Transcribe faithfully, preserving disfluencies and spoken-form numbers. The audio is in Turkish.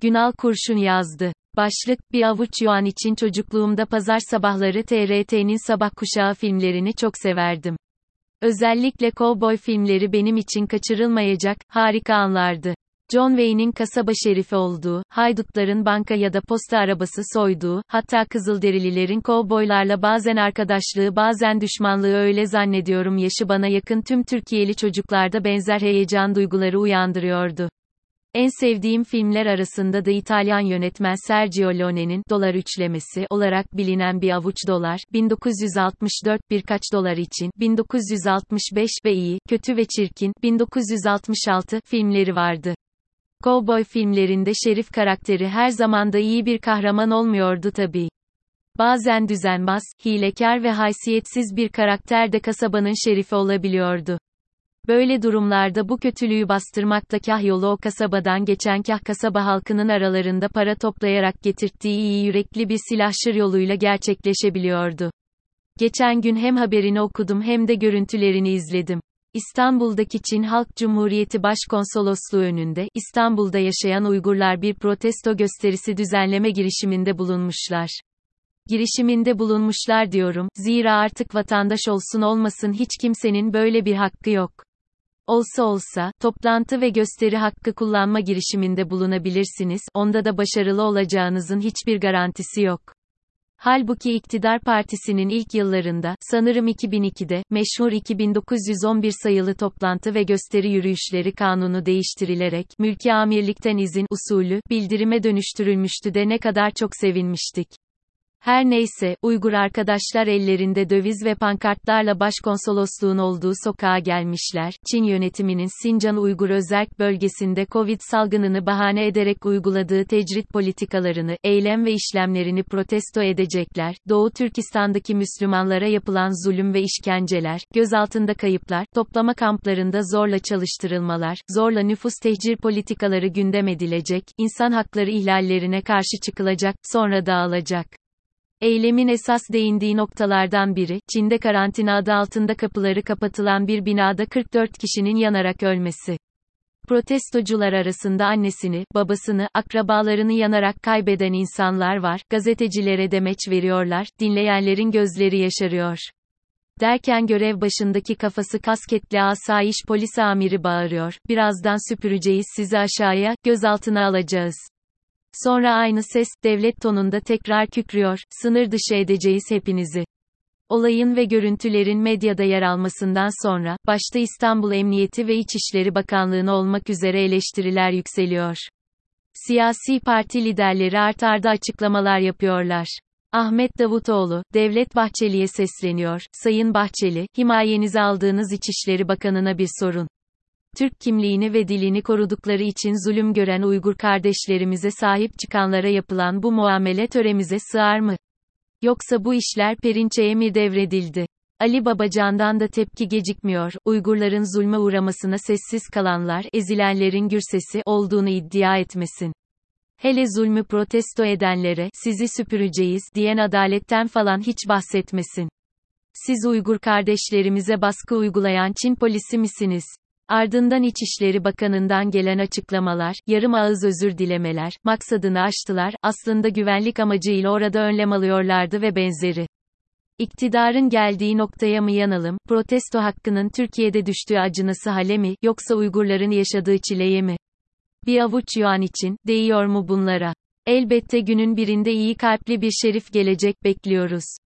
Günal Kurşun yazdı. Başlık, bir avuç yuan için çocukluğumda pazar sabahları T R T'nin Sabah Kuşağı filmlerini çok severdim. Özellikle kovboy filmleri benim için kaçırılmayacak, harika anlardı. John Wayne'in kasaba şerifi olduğu, haydutların banka ya da posta arabası soyduğu, hatta Kızılderililerin kovboylarla bazen arkadaşlığı bazen düşmanlığı öyle zannediyorum yaşı bana yakın tüm Türkiye'li çocuklarda benzer heyecan duyguları uyandırıyordu. En sevdiğim filmler arasında da İtalyan yönetmen Sergio Leone'nin Dolar Üçlemesi olarak bilinen Bir Avuç Dolar, bin dokuz yüz altmış dört, Birkaç Dolar için, bin dokuz yüz altmış beş ve İyi, Kötü ve Çirkin, bin dokuz yüz altmış altı filmleri vardı. Kovboy filmlerinde şerif karakteri her zaman da iyi bir kahraman olmuyordu tabii. Bazen düzenbaz, hilekar ve haysiyetsiz bir karakter de kasabanın şerifi olabiliyordu. Böyle durumlarda bu kötülüğü bastırmakla kah yolu o kasabadan geçen kah kasaba halkının aralarında para toplayarak getirttiği iyi yürekli bir silahşır yoluyla gerçekleşebiliyordu. Geçen gün hem haberini okudum hem de görüntülerini izledim. İstanbul'daki Çin Halk Cumhuriyeti Başkonsolosluğu önünde, İstanbul'da yaşayan Uygurlar bir protesto gösterisi düzenleme girişiminde bulunmuşlar. Girişiminde bulunmuşlar diyorum, zira artık vatandaş olsun olmasın hiç kimsenin böyle bir hakkı yok. Olsa olsa, toplantı ve gösteri hakkı kullanma girişiminde bulunabilirsiniz, onda da başarılı olacağınızın hiçbir garantisi yok. Halbuki iktidar partisinin ilk yıllarında, sanırım iki bin ikide, meşhur iki bin dokuz yüz on bir sayılı toplantı ve gösteri yürüyüşleri kanunu değiştirilerek, mülki amirlikten izin usulü, bildirime dönüştürülmüştü de ne kadar çok sevinmiştik. Her neyse, Uygur arkadaşlar ellerinde döviz ve pankartlarla başkonsolosluğun olduğu sokağa gelmişler, Çin yönetiminin Sincan Uygur Özerk bölgesinde Covid salgınını bahane ederek uyguladığı tecrit politikalarını, eylem ve işlemlerini protesto edecekler, Doğu Türkistan'daki Müslümanlara yapılan zulüm ve işkenceler, gözaltında kayıplar, toplama kamplarında zorla çalıştırılmalar, zorla nüfus tehcir politikaları gündem edilecek, insan hakları ihlallerine karşı çıkılacak, sonra dağılacak. Eylemin esas değindiği noktalardan biri, Çin'de karantina adı altında kapıları kapatılan bir binada kırk dört kişinin yanarak ölmesi. Protestocular arasında annesini, babasını, akrabalarını yanarak kaybeden insanlar var, gazetecilere demeç veriyorlar, dinleyenlerin gözleri yaşarıyor. Derken görev başındaki kafası kasketli asayiş polis amiri bağırıyor, birazdan süpüreceğiz sizi aşağıya, gözaltına alacağız. Sonra aynı ses, devlet tonunda tekrar kükrüyor, sınır dışı edeceğiz hepinizi. Olayın ve görüntülerin medyada yer almasından sonra, başta İstanbul Emniyeti ve İçişleri Bakanlığı'na olmak üzere eleştiriler yükseliyor. Siyasi parti liderleri art arda açıklamalar yapıyorlar. Ahmet Davutoğlu, Devlet Bahçeli'ye sesleniyor, Sayın Bahçeli, himayenize aldığınız İçişleri Bakanı'na bir sorun. Türk kimliğini ve dilini korudukları için zulüm gören Uygur kardeşlerimize sahip çıkanlara yapılan bu muamele töremize sığar mı? Yoksa bu işler Perinçek'e mi devredildi? Ali Babacan'dan da tepki gecikmiyor, Uygurların zulme uğramasına sessiz kalanlar, ezilenlerin gürsesi olduğunu iddia etmesin. Hele zulmü protesto edenlere, sizi süpüreceğiz, diyen adaletten falan hiç bahsetmesin. Siz Uygur kardeşlerimize baskı uygulayan Çin polisi misiniz? Ardından İçişleri Bakanı'ndan gelen açıklamalar, yarım ağız özür dilemeler, maksadını aştılar, aslında güvenlik amacıyla orada önlem alıyorlardı ve benzeri. İktidarın geldiği noktaya mı yanalım, protesto hakkının Türkiye'de düştüğü acınası hale mi, yoksa Uygurların yaşadığı çileye mi? Bir avuç yuan için, değiyor mu bunlara? Elbette günün birinde iyi kalpli bir şerif gelecek bekliyoruz.